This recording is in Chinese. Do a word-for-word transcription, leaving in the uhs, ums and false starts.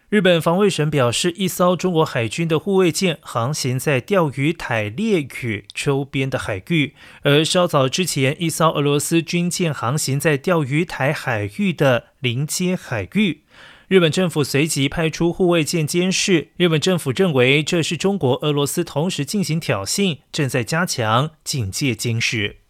日本防卫省表示，一艘中国海军的护卫舰航行在钓鱼台列屿周边的海域，而稍早之前，一艘俄罗斯军舰航行在钓鱼台海域的临街海域。日本政府随即派出护卫舰监视。日本政府认为这是中国、俄罗斯同时进行挑衅，正在加强警戒监视。